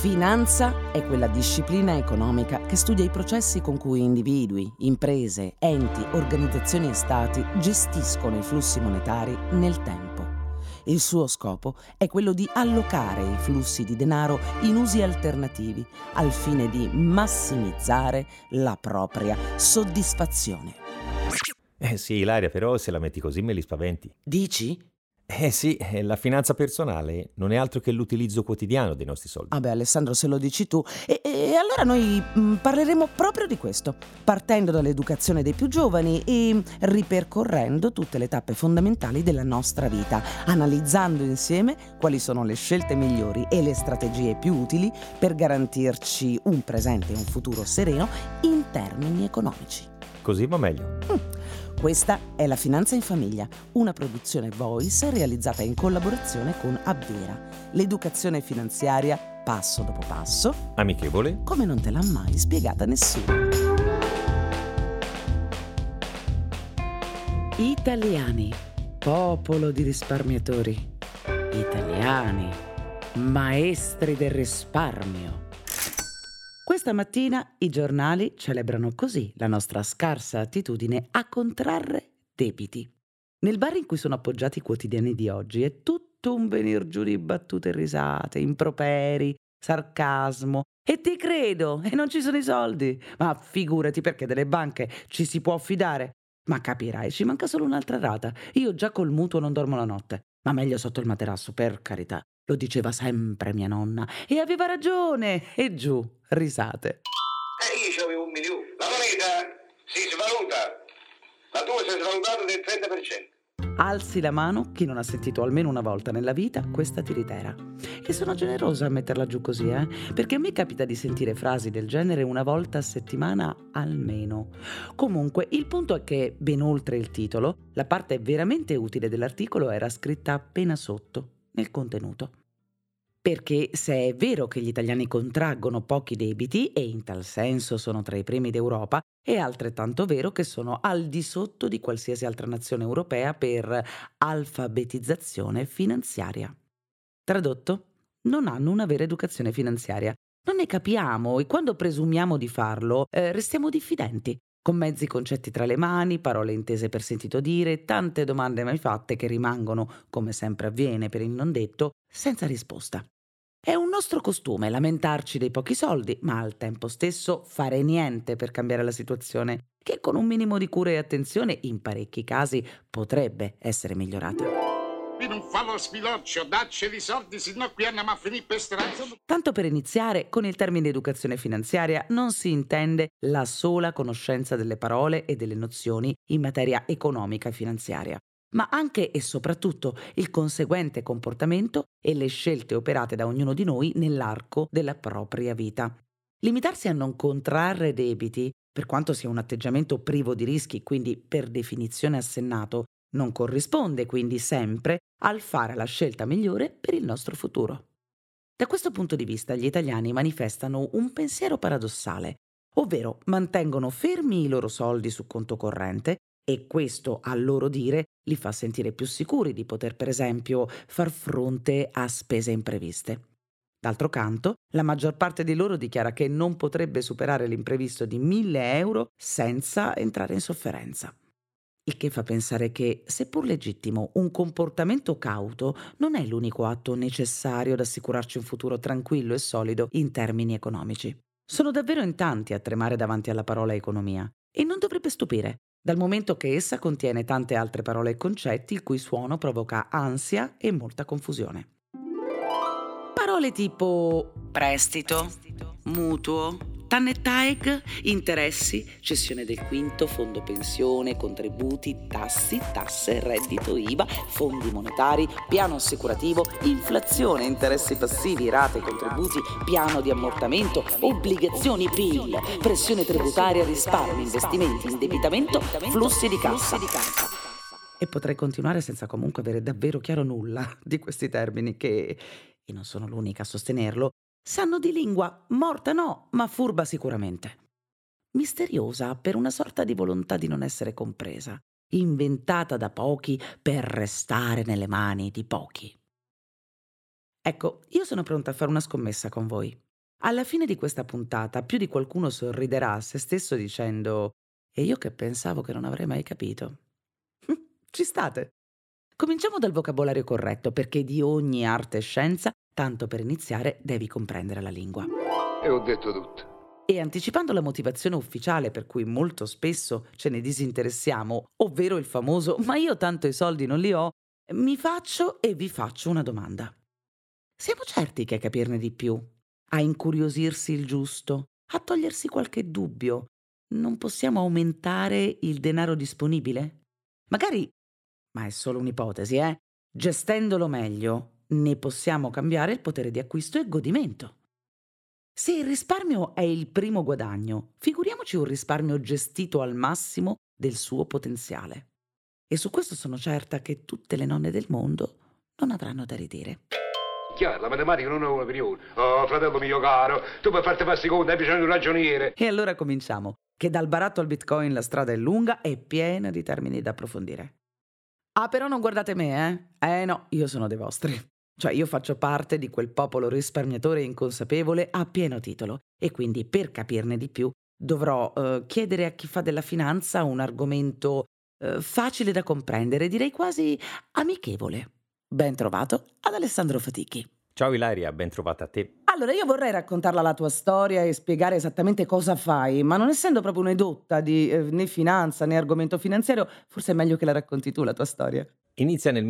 Finanza è quella disciplina economica che studia i processi con cui individui, imprese, enti, organizzazioni e stati gestiscono i flussi monetari nel tempo. Il suo scopo è quello di allocare i flussi di denaro in usi alternativi al fine di massimizzare la propria soddisfazione. Eh sì, Ilaria, però se la metti così me li spaventi. Dici? Eh sì, la finanza personale non è altro che l'utilizzo quotidiano dei nostri soldi. Vabbè Alessandro, se lo dici tu. E allora noi parleremo proprio di questo, partendo dall'educazione dei più giovani e ripercorrendo tutte le tappe fondamentali della nostra vita, analizzando insieme quali sono le scelte migliori e le strategie più utili per garantirci un presente e un futuro sereno in termini economici. Così va meglio. Questa è La Finanza in Famiglia, una produzione Voice realizzata in collaborazione con Abvera, l'educazione finanziaria passo dopo passo, Amichevole? come non te l'ha mai spiegata nessuno. Italiani, popolo di risparmiatori. Italiani, maestri del risparmio. Questa mattina i giornali celebrano così la nostra scarsa attitudine a contrarre debiti. Nel bar in cui sono appoggiati i quotidiani di oggi è tutto un venir giù di battute e risate, improperi, sarcasmo. E ti credo, e non ci sono i soldi. Ma figurati, perché delle banche ci si può fidare. Ma capirai, ci manca solo un'altra rata. Io già col mutuo non dormo la notte. Ma meglio sotto il materasso, per carità. Lo diceva sempre mia nonna. E aveva ragione. E giù, risate. Io c'avevo 1 milione. La moneta si svaluta. La tua si è svalutata del 30%. Alzi la mano chi non ha sentito almeno una volta nella vita questa tiritera. E sono generosa a metterla giù così, perché a me capita di sentire frasi del genere una volta a settimana almeno. Comunque, il punto è che, ben oltre il titolo, la parte veramente utile dell'articolo era scritta appena sotto, nel contenuto. Perché se è vero che gli italiani contraggono pochi debiti e in tal senso sono tra i primi d'Europa, è altrettanto vero che sono al di sotto di qualsiasi altra nazione europea per alfabetizzazione finanziaria. Tradotto, non hanno una vera educazione finanziaria. Non ne capiamo e quando presumiamo di farlo, restiamo diffidenti, con mezzi concetti tra le mani, parole intese per sentito dire, tante domande mai fatte che rimangono, come sempre avviene per il non detto, senza risposta. È un nostro costume lamentarci dei pochi soldi, ma al tempo stesso fare niente per cambiare la situazione, che con un minimo di cura e attenzione in parecchi casi potrebbe essere migliorata. Qui non fa lo spiloccio, dacceli i soldi, sennò qui andiamo a finire per strada. Tanto per iniziare, con il termine educazione finanziaria non si intende la sola conoscenza delle parole e delle nozioni in materia economica e finanziaria, ma anche e soprattutto il conseguente comportamento e le scelte operate da ognuno di noi nell'arco della propria vita. Limitarsi a non contrarre debiti, per quanto sia un atteggiamento privo di rischi, quindi per definizione assennato, non corrisponde quindi sempre al fare la scelta migliore per il nostro futuro. Da questo punto di vista gli italiani manifestano un pensiero paradossale, ovvero mantengono fermi i loro soldi su conto corrente e questo, a loro dire, li fa sentire più sicuri di poter, per esempio, far fronte a spese impreviste. D'altro canto, la maggior parte di loro dichiara che non potrebbe superare l'imprevisto di 1.000 euro senza entrare in sofferenza. Il che fa pensare che, seppur legittimo, un comportamento cauto non è l'unico atto necessario ad assicurarci un futuro tranquillo e solido in termini economici. Sono davvero in tanti a tremare davanti alla parola economia e non dovrebbe stupire, dal momento che essa contiene tante altre parole e concetti il cui suono provoca ansia e molta confusione. Parole tipo prestito, mutuo, TAN, interessi, cessione del quinto, fondo pensione, contributi, tasse, reddito IVA, fondi monetari, piano assicurativo, inflazione, interessi passivi, rate, contributi, piano di ammortamento, obbligazioni PIL, pressione tributaria, risparmi, investimenti, indebitamento, flussi di cassa. E potrei continuare senza comunque avere davvero chiaro nulla di questi termini che, e non sono l'unica a sostenerlo, sanno di lingua morta no, ma furba sicuramente. Misteriosa per una sorta di volontà di non essere compresa, inventata da pochi per restare nelle mani di pochi. Ecco, io sono pronta a fare una scommessa con voi. Alla fine di questa puntata più di qualcuno sorriderà a se stesso dicendo: "E io che pensavo che non avrei mai capito". Ci state? Cominciamo dal vocabolario corretto, perché di ogni arte e scienza, tanto per iniziare, devi comprendere la lingua. E ho detto tutto. E anticipando la motivazione ufficiale per cui molto spesso ce ne disinteressiamo, ovvero il famoso "ma io tanto i soldi non li ho", mi faccio e vi faccio una domanda. Siamo certi che a capirne di più, a incuriosirsi il giusto, a togliersi qualche dubbio, non possiamo aumentare il denaro disponibile? Magari, ma è solo un'ipotesi, gestendolo meglio, ne possiamo cambiare il potere di acquisto e godimento. Se il risparmio è il primo guadagno, figuriamoci un risparmio gestito al massimo del suo potenziale. E su questo sono certa che tutte le nonne del mondo non avranno da ridire. Chiaro, la matematica non è un'opinione. Oh, fratello mio caro, tu per farti fare seconda hai bisogno di un ragioniere. E allora cominciamo, che dal baratto al Bitcoin la strada è lunga e piena di termini da approfondire. Ah, però non guardate me, eh? No, io sono dei vostri. Cioè, io faccio parte di quel popolo risparmiatore inconsapevole a pieno titolo e quindi per capirne di più dovrò chiedere a chi fa della finanza un argomento facile da comprendere, direi quasi amichevole. Ben trovato ad Alessandro Fatichi. Ciao Ilaria, ben trovata a te. Allora, io vorrei raccontarla la tua storia e spiegare esattamente cosa fai, ma non essendo proprio un'edotta di né finanza né argomento finanziario, forse è meglio che la racconti tu la tua storia. Inizia nel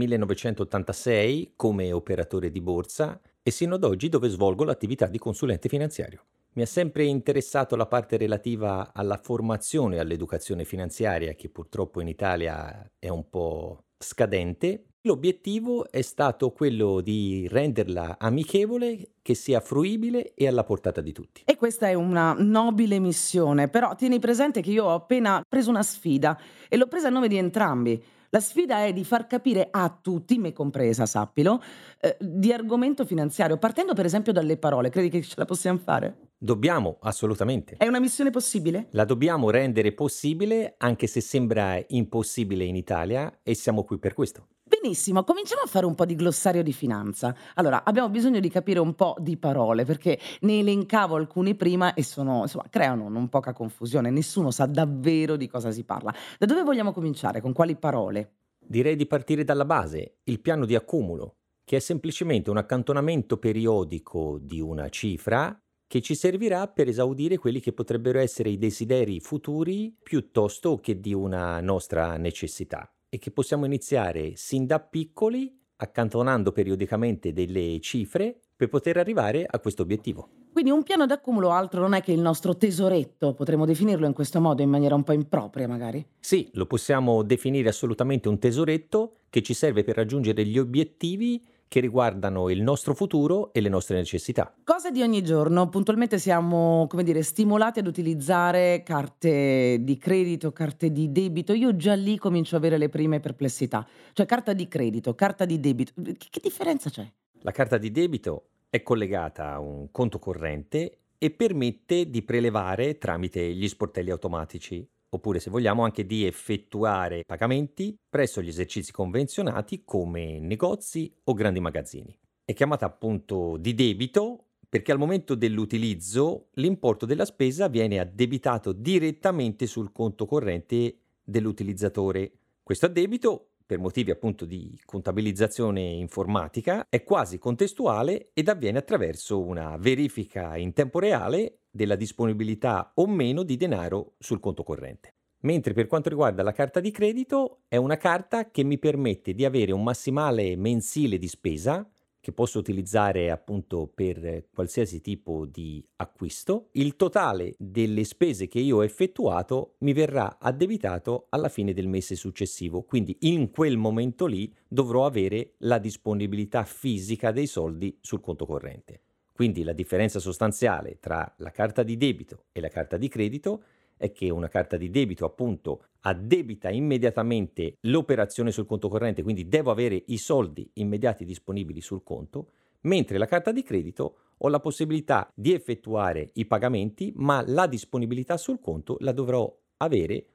1986 come operatore di borsa e sino ad oggi dove svolgo l'attività di consulente finanziario. Mi ha sempre interessato la parte relativa alla formazione e all'educazione finanziaria, che purtroppo in Italia è un po' scadente. L'obiettivo è stato quello di renderla amichevole, che sia fruibile e alla portata di tutti. E questa è una nobile missione, però tieni presente che io ho appena preso una sfida e l'ho presa a nome di entrambi. La sfida è di far capire a tutti, me compresa, sappilo, di argomento finanziario, partendo per esempio dalle parole. Credi che ce la possiamo fare? Dobbiamo, assolutamente. È una missione possibile? La dobbiamo rendere possibile, anche se sembra impossibile in Italia, e siamo qui per questo. Benissimo, cominciamo a fare un po' di glossario di finanza. Allora, abbiamo bisogno di capire un po' di parole, perché ne elencavo alcune prima e insomma, creano non poca confusione. Nessuno sa davvero di cosa si parla. Da dove vogliamo cominciare? Con quali parole? Direi di partire dalla base, il piano di accumulo, che è semplicemente un accantonamento periodico di una cifra che ci servirà per esaudire quelli che potrebbero essere i desideri futuri piuttosto che di una nostra necessità e che possiamo iniziare sin da piccoli accantonando periodicamente delle cifre per poter arrivare a questo obiettivo. Quindi un piano d'accumulo altro non è che il nostro tesoretto, potremmo definirlo in questo modo, in maniera un po' impropria magari. Sì, lo possiamo definire assolutamente un tesoretto che ci serve per raggiungere gli obiettivi che riguardano il nostro futuro e le nostre necessità. Cose di ogni giorno, puntualmente siamo, come dire, stimolati ad utilizzare carte di credito, carte di debito. Io già lì comincio a avere le prime perplessità. Cioè carta di credito, carta di debito, che differenza c'è? La carta di debito è collegata a un conto corrente e permette di prelevare tramite gli sportelli automatici, oppure se vogliamo anche di effettuare pagamenti presso gli esercizi convenzionati come negozi o grandi magazzini. È chiamata appunto di debito perché al momento dell'utilizzo l'importo della spesa viene addebitato direttamente sul conto corrente dell'utilizzatore. Questo addebito, per motivi appunto di contabilizzazione informatica, è quasi contestuale ed avviene attraverso una verifica in tempo reale della disponibilità o meno di denaro sul conto corrente. Mentre per quanto riguarda la carta di credito, è una carta che mi permette di avere un massimale mensile di spesa che posso utilizzare appunto per qualsiasi tipo di acquisto. Il totale delle spese che io ho effettuato mi verrà addebitato alla fine del mese successivo, quindi in quel momento lì dovrò avere la disponibilità fisica dei soldi sul conto corrente. Quindi la differenza sostanziale tra la carta di debito e la carta di credito è che una carta di debito appunto addebita immediatamente l'operazione sul conto corrente, quindi devo avere i soldi immediati disponibili sul conto, mentre la carta di credito ho la possibilità di effettuare i pagamenti, ma la disponibilità sul conto la dovrò avere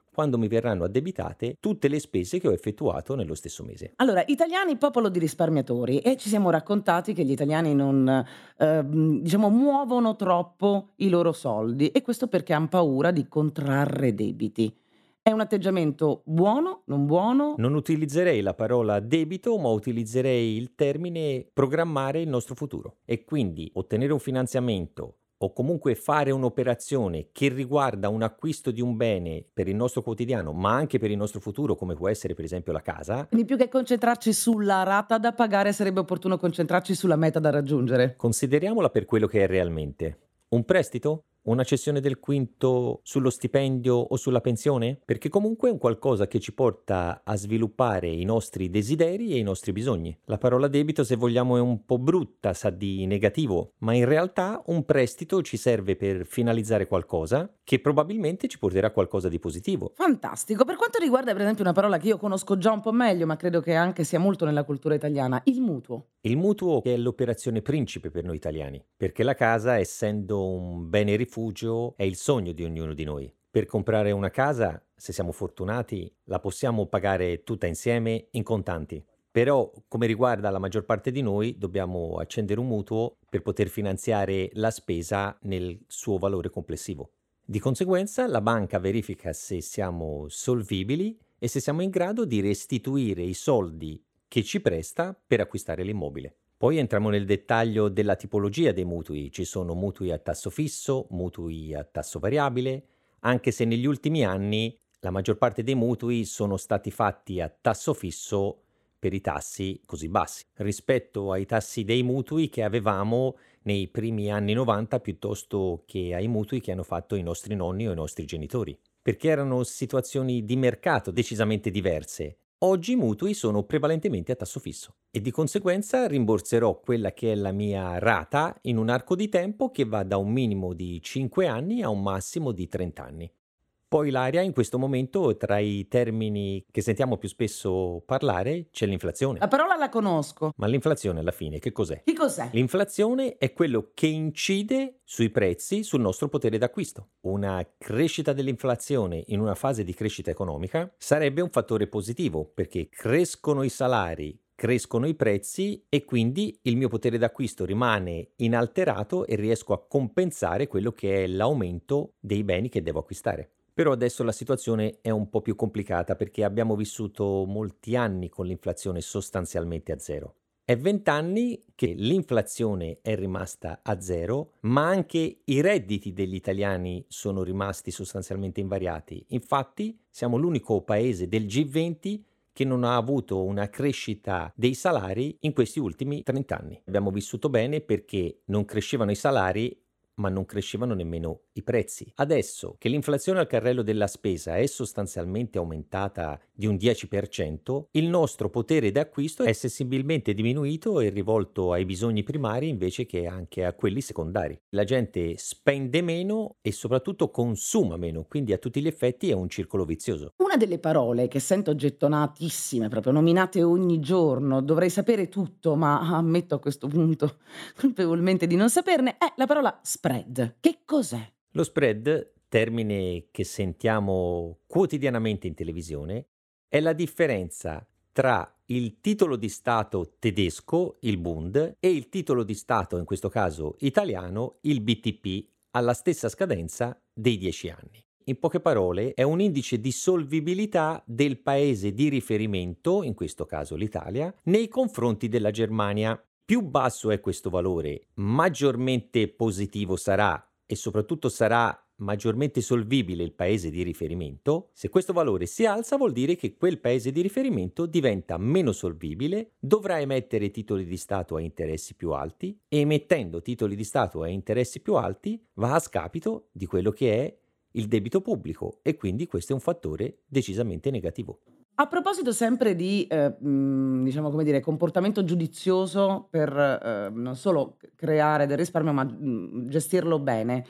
quando mi verranno addebitate tutte le spese che ho effettuato nello stesso mese. Allora, italiani, popolo di risparmiatori, e ci siamo raccontati che gli italiani non, diciamo, muovono troppo i loro soldi, e questo perché han paura di contrarre debiti. È un atteggiamento buono, non buono? Non utilizzerei la parola debito, ma utilizzerei il termine programmare il nostro futuro. E quindi ottenere un finanziamento o comunque fare un'operazione che riguarda un acquisto di un bene per il nostro quotidiano, ma anche per il nostro futuro, come può essere per esempio la casa, Quindi più che concentrarci sulla rata da pagare, sarebbe opportuno concentrarci sulla meta da raggiungere. consideriamola per quello che è realmente. Un prestito? Una cessione del quinto sullo stipendio o sulla pensione? Perché comunque è un qualcosa che ci porta a sviluppare i nostri desideri e i nostri bisogni. La parola debito, se vogliamo, è un po' brutta, sa di negativo, ma in realtà un prestito ci serve per finalizzare qualcosa che probabilmente ci porterà a qualcosa di positivo. Fantastico. Per quanto riguarda per esempio una parola che io conosco già un po' meglio, ma credo che anche sia molto nella cultura italiana, il mutuo. Il mutuo è l'operazione principe per noi italiani, perché la casa, essendo un bene rifugio, è il sogno di ognuno di noi. Per comprare una casa, se siamo fortunati, la possiamo pagare tutta insieme in contanti. Però, come riguarda la maggior parte di noi, dobbiamo accendere un mutuo per poter finanziare la spesa nel suo valore complessivo. Di conseguenza, la banca verifica se siamo solvibili e se siamo in grado di restituire i soldi che ci presta per acquistare l'immobile. Poi entriamo nel dettaglio della tipologia dei mutui. Ci sono mutui a tasso fisso, mutui a tasso variabile, anche se negli ultimi anni la maggior parte dei mutui sono stati fatti a tasso fisso per i tassi così bassi, rispetto ai tassi dei mutui che avevamo nei primi anni 90 piuttosto che ai mutui che hanno fatto i nostri nonni o i nostri genitori, perché erano situazioni di mercato decisamente diverse. Oggi i mutui sono prevalentemente a tasso fisso e di conseguenza rimborserò quella che è la mia rata in un arco di tempo che va da un minimo di 5 anni a un massimo di 30 anni. Poi l'aria in questo momento, tra i termini che sentiamo più spesso parlare, c'è l'inflazione. La parola la conosco. Ma l'inflazione alla fine che cos'è? Che cos'è? L'inflazione è quello che incide sui prezzi, sul nostro potere d'acquisto. Una crescita dell'inflazione in una fase di crescita economica sarebbe un fattore positivo perché crescono i salari, crescono i prezzi e quindi il mio potere d'acquisto rimane inalterato e riesco a compensare quello che è l'aumento dei beni che devo acquistare. Però adesso la situazione è un po' più complicata perché abbiamo vissuto molti anni con l'inflazione sostanzialmente a zero. È 20 anni che l'inflazione è rimasta a zero, ma anche i redditi degli italiani sono rimasti sostanzialmente invariati. Infatti, siamo l'unico paese del G20 che non ha avuto una crescita dei salari in questi ultimi 30 anni. Abbiamo vissuto bene perché non crescevano i salari, ma non crescevano nemmeno i prezzi. Adesso che l'inflazione al carrello della spesa è sostanzialmente aumentata di un 10%, il nostro potere d'acquisto è sensibilmente diminuito e rivolto ai bisogni primari invece che anche a quelli secondari. La gente spende meno e soprattutto consuma meno, quindi a tutti gli effetti è un circolo vizioso. Una delle parole che sento gettonatissime, proprio nominate ogni giorno, dovrei sapere tutto, ma ammetto a questo punto colpevolmente di non saperne, è la parola spread. Che cos'è? Lo spread, termine che sentiamo quotidianamente in televisione, è la differenza tra il titolo di Stato tedesco, il Bund, e il titolo di Stato, in questo caso italiano, il BTP, alla stessa scadenza dei 10 anni. In poche parole, è un indice di solvibilità del paese di riferimento, in questo caso l'Italia, nei confronti della Germania. Più basso è questo valore, maggiormente positivo sarà e soprattutto sarà maggiormente solvibile il paese di riferimento. Se questo valore si alza vuol dire che quel paese di riferimento diventa meno solvibile, dovrà emettere titoli di Stato a interessi più alti e emettendo titoli di Stato a interessi più alti va a scapito di quello che è il debito pubblico e quindi questo è un fattore decisamente negativo. A proposito sempre di, diciamo, come dire, comportamento giudizioso per, non solo creare del risparmio, ma, gestirlo bene.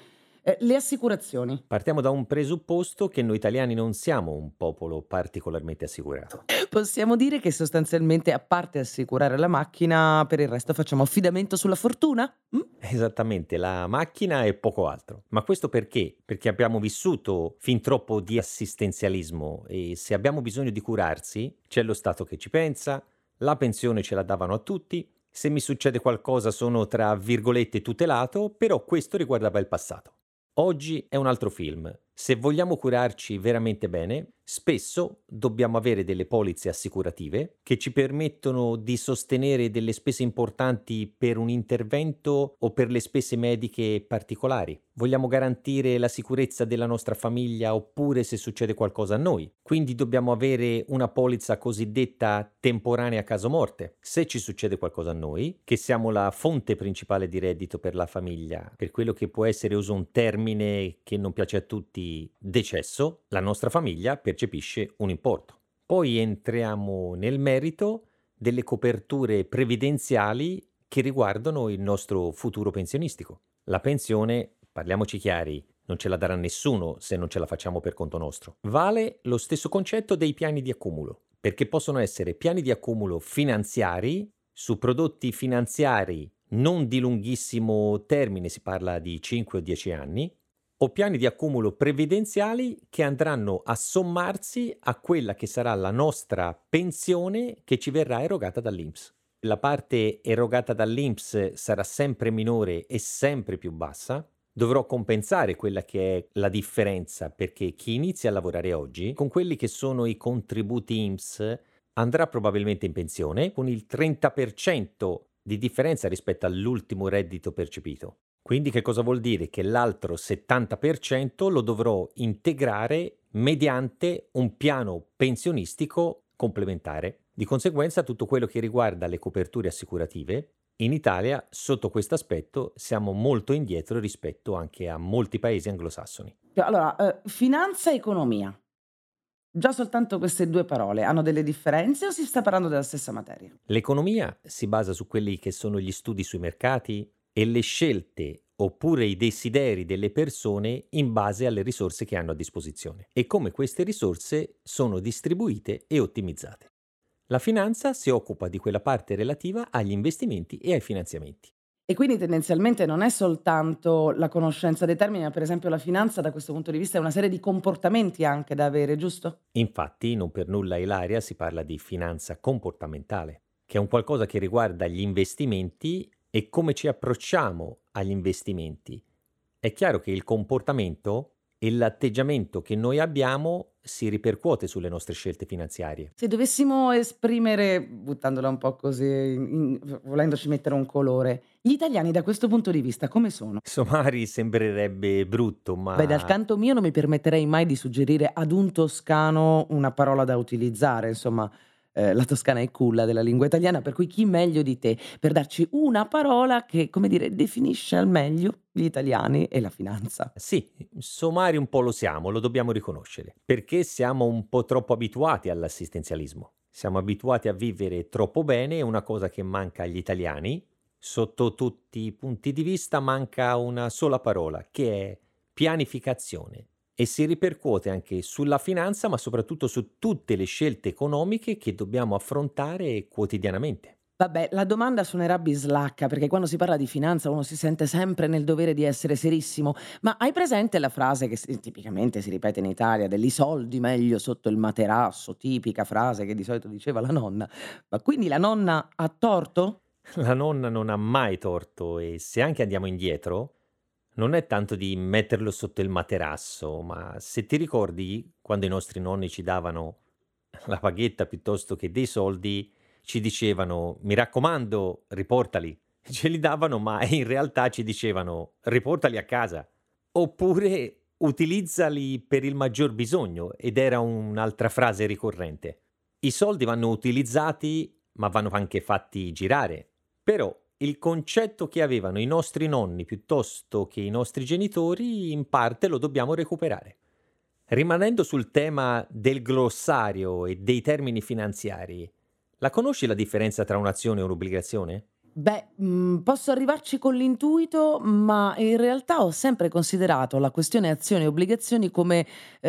Le assicurazioni. Partiamo da un presupposto che noi italiani non siamo un popolo particolarmente assicurato. Possiamo dire che sostanzialmente, a parte assicurare la macchina, per il resto facciamo affidamento sulla fortuna? Esattamente, la macchina e poco altro. Ma questo perché? Perché abbiamo vissuto fin troppo di assistenzialismo e se abbiamo bisogno di curarsi, c'è lo Stato che ci pensa, la pensione ce la davano a tutti, se mi succede qualcosa sono tra virgolette tutelato, però questo riguardava il passato. Oggi è un altro film. Se vogliamo curarci veramente bene, spesso dobbiamo avere delle polizze assicurative che ci permettono di sostenere delle spese importanti per un intervento o per le spese mediche particolari. Vogliamo garantire la sicurezza della nostra famiglia oppure se succede qualcosa a noi. Quindi dobbiamo avere una polizza cosiddetta temporanea caso morte. Se ci succede qualcosa a noi, che siamo la fonte principale di reddito per la famiglia, per quello che può essere, uso un termine che non piace a tutti, decesso, la nostra famiglia percepisce un importo. Poi entriamo nel merito delle coperture previdenziali che riguardano il nostro futuro pensionistico. La pensione, parliamoci chiari, non ce la darà nessuno se non ce la facciamo per conto nostro. Vale lo stesso concetto dei piani di accumulo, perché possono essere piani di accumulo finanziari su prodotti finanziari non di lunghissimo termine, si parla di 5 o 10 anni, o piani di accumulo previdenziali che andranno a sommarsi a quella che sarà la nostra pensione che ci verrà erogata dall'INPS. La parte erogata dall'INPS sarà sempre minore e sempre più bassa. Dovrò compensare quella che è la differenza perché chi inizia a lavorare oggi, con quelli che sono i contributi INPS, andrà probabilmente in pensione con il 30% di differenza rispetto all'ultimo reddito percepito. Quindi che cosa vuol dire? Che l'altro 70% lo dovrò integrare mediante un piano pensionistico complementare. Di conseguenza tutto quello che riguarda le coperture assicurative, in Italia sotto questo aspetto siamo molto indietro rispetto anche a molti paesi anglosassoni. Allora, finanza e economia. Già soltanto queste 2 parole hanno delle differenze o si sta parlando della stessa materia? L'economia si basa su quelli che sono gli studi sui mercati e le scelte oppure i desideri delle persone in base alle risorse che hanno a disposizione e come queste risorse sono distribuite e ottimizzate. La finanza si occupa di quella parte relativa agli investimenti e ai finanziamenti. E quindi tendenzialmente non è soltanto la conoscenza dei termini, ma per esempio la finanza da questo punto di vista è una serie di comportamenti anche da avere, giusto? Infatti, non per nulla Ilaria si parla di finanza comportamentale, che è un qualcosa che riguarda gli investimenti e come ci approcciamo agli investimenti. È chiaro che il comportamento e l'atteggiamento che noi abbiamo si ripercuote sulle nostre scelte finanziarie. Se dovessimo esprimere, buttandola un po' così, volendoci mettere un colore, gli italiani da questo punto di vista come sono? Somari sembrerebbe brutto, Beh, dal ma canto mio non mi permetterei mai di suggerire ad un toscano una parola da utilizzare, insomma, la toscana è culla della lingua italiana, per cui chi meglio di te per darci una parola che, come dire, definisce al meglio gli italiani e la finanza. sì, somari un po' lo siamo, lo dobbiamo riconoscere, perché siamo un po' troppo abituati all'assistenzialismo. Siamo abituati a vivere troppo bene, è una cosa che manca agli italiani. Sotto tutti i punti di vista manca una sola parola, che è pianificazione. E si ripercuote anche sulla finanza, ma soprattutto su tutte le scelte economiche che dobbiamo affrontare quotidianamente. Vabbè, la domanda suonerà bislacca, perché quando si parla di finanza uno si sente sempre nel dovere di essere serissimo, ma hai presente la frase che tipicamente si ripete in Italia dell'I soldi meglio sotto il materasso, tipica frase che di solito diceva la nonna. Ma quindi la nonna ha torto? La nonna non ha mai torto e se anche andiamo indietro, non è tanto di metterlo sotto il materasso, ma se ti ricordi quando i nostri nonni ci davano la paghetta piuttosto che dei soldi, ci dicevano: "Mi raccomando, riportali." Ce li davano, ma in realtà ci dicevano: "Riportali a casa." Oppure: "Utilizzali per il maggior bisogno." Ed era un'altra frase ricorrente. I soldi vanno utilizzati, ma vanno anche fatti girare. Però il concetto che avevano i nostri nonni piuttosto che i nostri genitori, in parte lo dobbiamo recuperare. Rimanendo sul tema del glossario e dei termini finanziari, la conosci la differenza tra un'azione e un'obbligazione? Posso arrivarci con l'intuito, ma in realtà ho sempre considerato la questione azioni e obbligazioni come,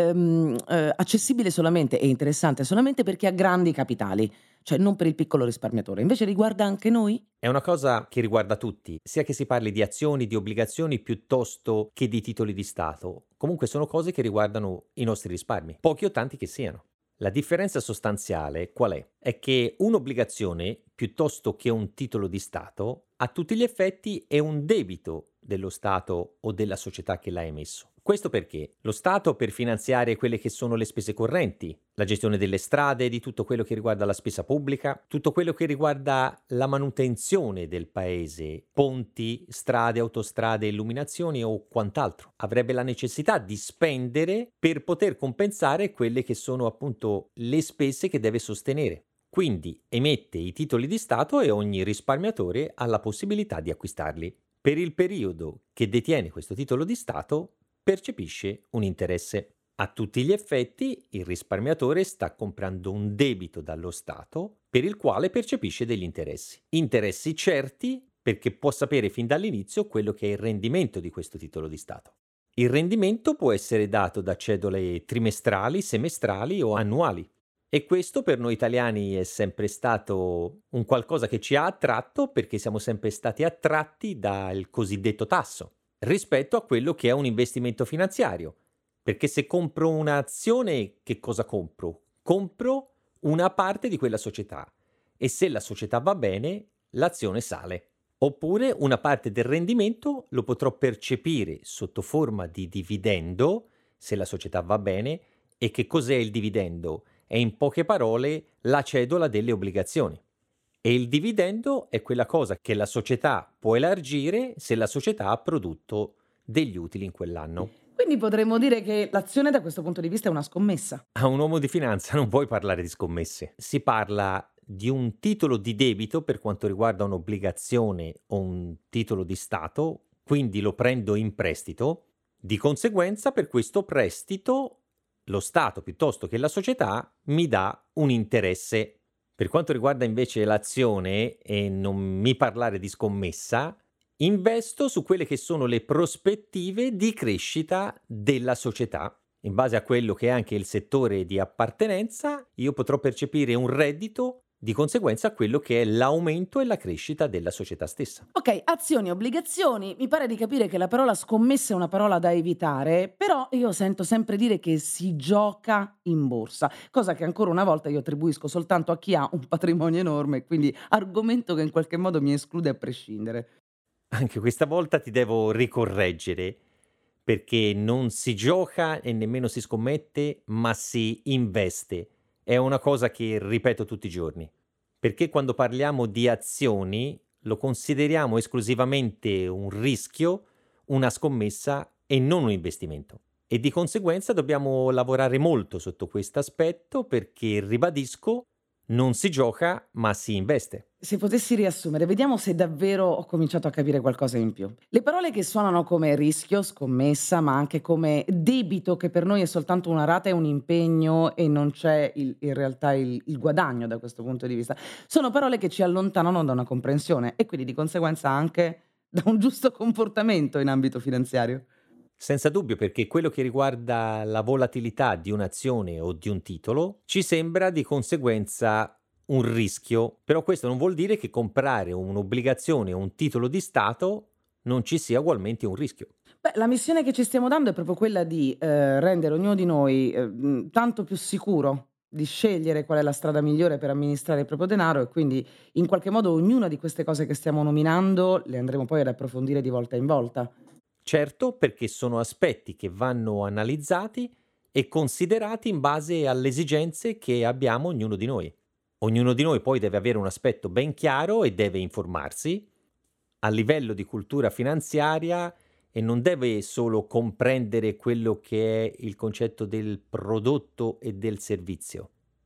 accessibile solamente e interessante solamente per chi ha grandi capitali, cioè non per il piccolo risparmiatore. Invece riguarda anche noi? È una cosa che riguarda tutti, sia che si parli di azioni, di obbligazioni, piuttosto che di titoli di Stato. Comunque sono cose che riguardano i nostri risparmi, pochi o tanti che siano. La differenza sostanziale qual è? È che un'obbligazione, piuttosto che un titolo di Stato, a tutti gli effetti è un debito dello Stato o della società che l'ha emesso. Questo perché lo Stato, per finanziare quelle che sono le spese correnti, la gestione delle strade, di tutto quello che riguarda la spesa pubblica, tutto quello che riguarda la manutenzione del paese, ponti, strade, autostrade, illuminazioni o quant'altro, avrebbe la necessità di spendere per poter compensare quelle che sono appunto le spese che deve sostenere. Quindi emette i titoli di Stato e ogni risparmiatore ha la possibilità di acquistarli. Per il periodo che detiene questo titolo di Stato, percepisce un interesse. A tutti gli effetti, il risparmiatore sta comprando un debito dallo Stato per il quale percepisce degli interessi. Interessi certi perché può sapere fin dall'inizio quello che è il rendimento di questo titolo di Stato. Il rendimento può essere dato da cedole trimestrali, semestrali o annuali. E questo per noi italiani è sempre stato un qualcosa che ci ha attratto perché siamo sempre stati attratti dal cosiddetto tasso rispetto a quello che è un investimento finanziario. Perché se compro un'azione, che cosa compro? Compro una parte di quella società e se la società va bene, l'azione sale. Oppure una parte del rendimento lo potrò percepire sotto forma di dividendo, se la società va bene. E che cos'è il dividendo? È in poche parole la cedola delle obbligazioni. E il dividendo è quella cosa che la società può elargire se la società ha prodotto degli utili in quell'anno. Quindi potremmo dire che l'azione da questo punto di vista è una scommessa. A un uomo di finanza non puoi parlare di scommesse. Si parla di un titolo di debito per quanto riguarda un'obbligazione o un titolo di Stato, quindi lo prendo in prestito. Di conseguenza, per questo prestito, lo Stato piuttosto che la società mi dà un interesse. Per quanto riguarda invece l'azione, e non mi parlare di scommessa, investo su quelle che sono le prospettive di crescita della società. In base a quello che è anche il settore di appartenenza, io potrò percepire un reddito di conseguenza a quello che è l'aumento e la crescita della società stessa. Ok, azioni e obbligazioni, mi pare di capire che la parola scommessa è una parola da evitare, però io sento sempre dire che si gioca in borsa, cosa che ancora una volta io attribuisco soltanto a chi ha un patrimonio enorme, quindi argomento che in qualche modo mi esclude a prescindere. Anche questa volta ti devo ricorreggere, perché non si gioca e nemmeno si scommette, ma si investe. È una cosa che ripeto tutti i giorni. Perché quando parliamo di azioni lo consideriamo esclusivamente un rischio, una scommessa e non un investimento. E di conseguenza dobbiamo lavorare molto sotto questo aspetto perché, ribadisco, non si gioca ma si investe. Se potessi riassumere, vediamo se davvero ho cominciato a capire qualcosa in più. Le parole che suonano come rischio, scommessa, ma anche come debito, che per noi è soltanto una rata e un impegno e non c'è in realtà il guadagno da questo punto di vista, sono parole che ci allontanano da una comprensione e quindi di conseguenza anche da un giusto comportamento in ambito finanziario. Senza dubbio, perché quello che riguarda la volatilità di un'azione o di un titolo ci sembra di conseguenza un rischio, però questo non vuol dire che comprare un'obbligazione o un titolo di Stato non ci sia ugualmente un rischio. Beh, la missione che ci stiamo dando è proprio quella di rendere ognuno di noi tanto più sicuro di scegliere qual è la strada migliore per amministrare il proprio denaro e quindi in qualche modo ognuna di queste cose che stiamo nominando le andremo poi ad approfondire di volta in volta. Certo, perché sono aspetti che vanno analizzati e considerati in base alle esigenze che abbiamo ognuno di noi. Ognuno di noi poi deve avere un aspetto ben chiaro e deve informarsi a livello di cultura finanziaria e non deve solo comprendere quello che è il concetto del prodotto e del servizio,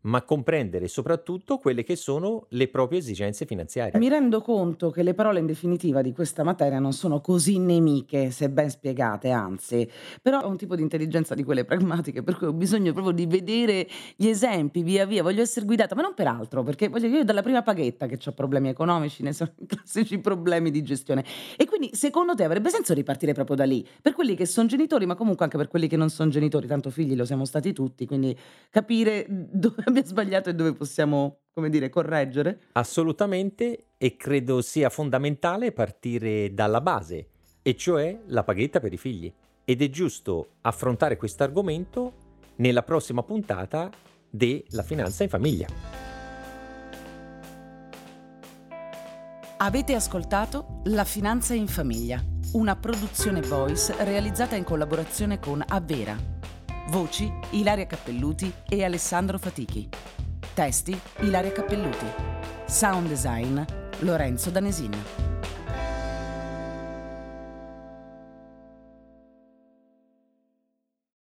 ma comprendere soprattutto quelle che sono le proprie esigenze finanziarie. Mi rendo conto che le parole in definitiva di questa materia non sono così nemiche, se ben spiegate, anzi, però ho un tipo di intelligenza di quelle pragmatiche, per cui ho bisogno proprio di vedere gli esempi via via, voglio essere guidata, ma non per altro, perché voglio io dalla prima paghetta che ho problemi economici, ne sono i classici problemi di gestione. E quindi secondo te avrebbe senso ripartire proprio da lì, per quelli che sono genitori, ma comunque anche per quelli che non sono genitori, tanto figli lo siamo stati tutti, quindi capire dove abbiamo sbagliato e dove possiamo, come dire, correggere? Assolutamente, e credo sia fondamentale partire dalla base, e cioè la paghetta per i figli. Ed è giusto affrontare questo argomento nella prossima puntata della Finanza in Famiglia. Avete ascoltato La Finanza in Famiglia, una produzione Voice realizzata in collaborazione con Avvera. Voci Ilaria Cappelluti e Alessandro Fatichi. Testi Ilaria Cappelluti. Sound design Lorenzo Danesin.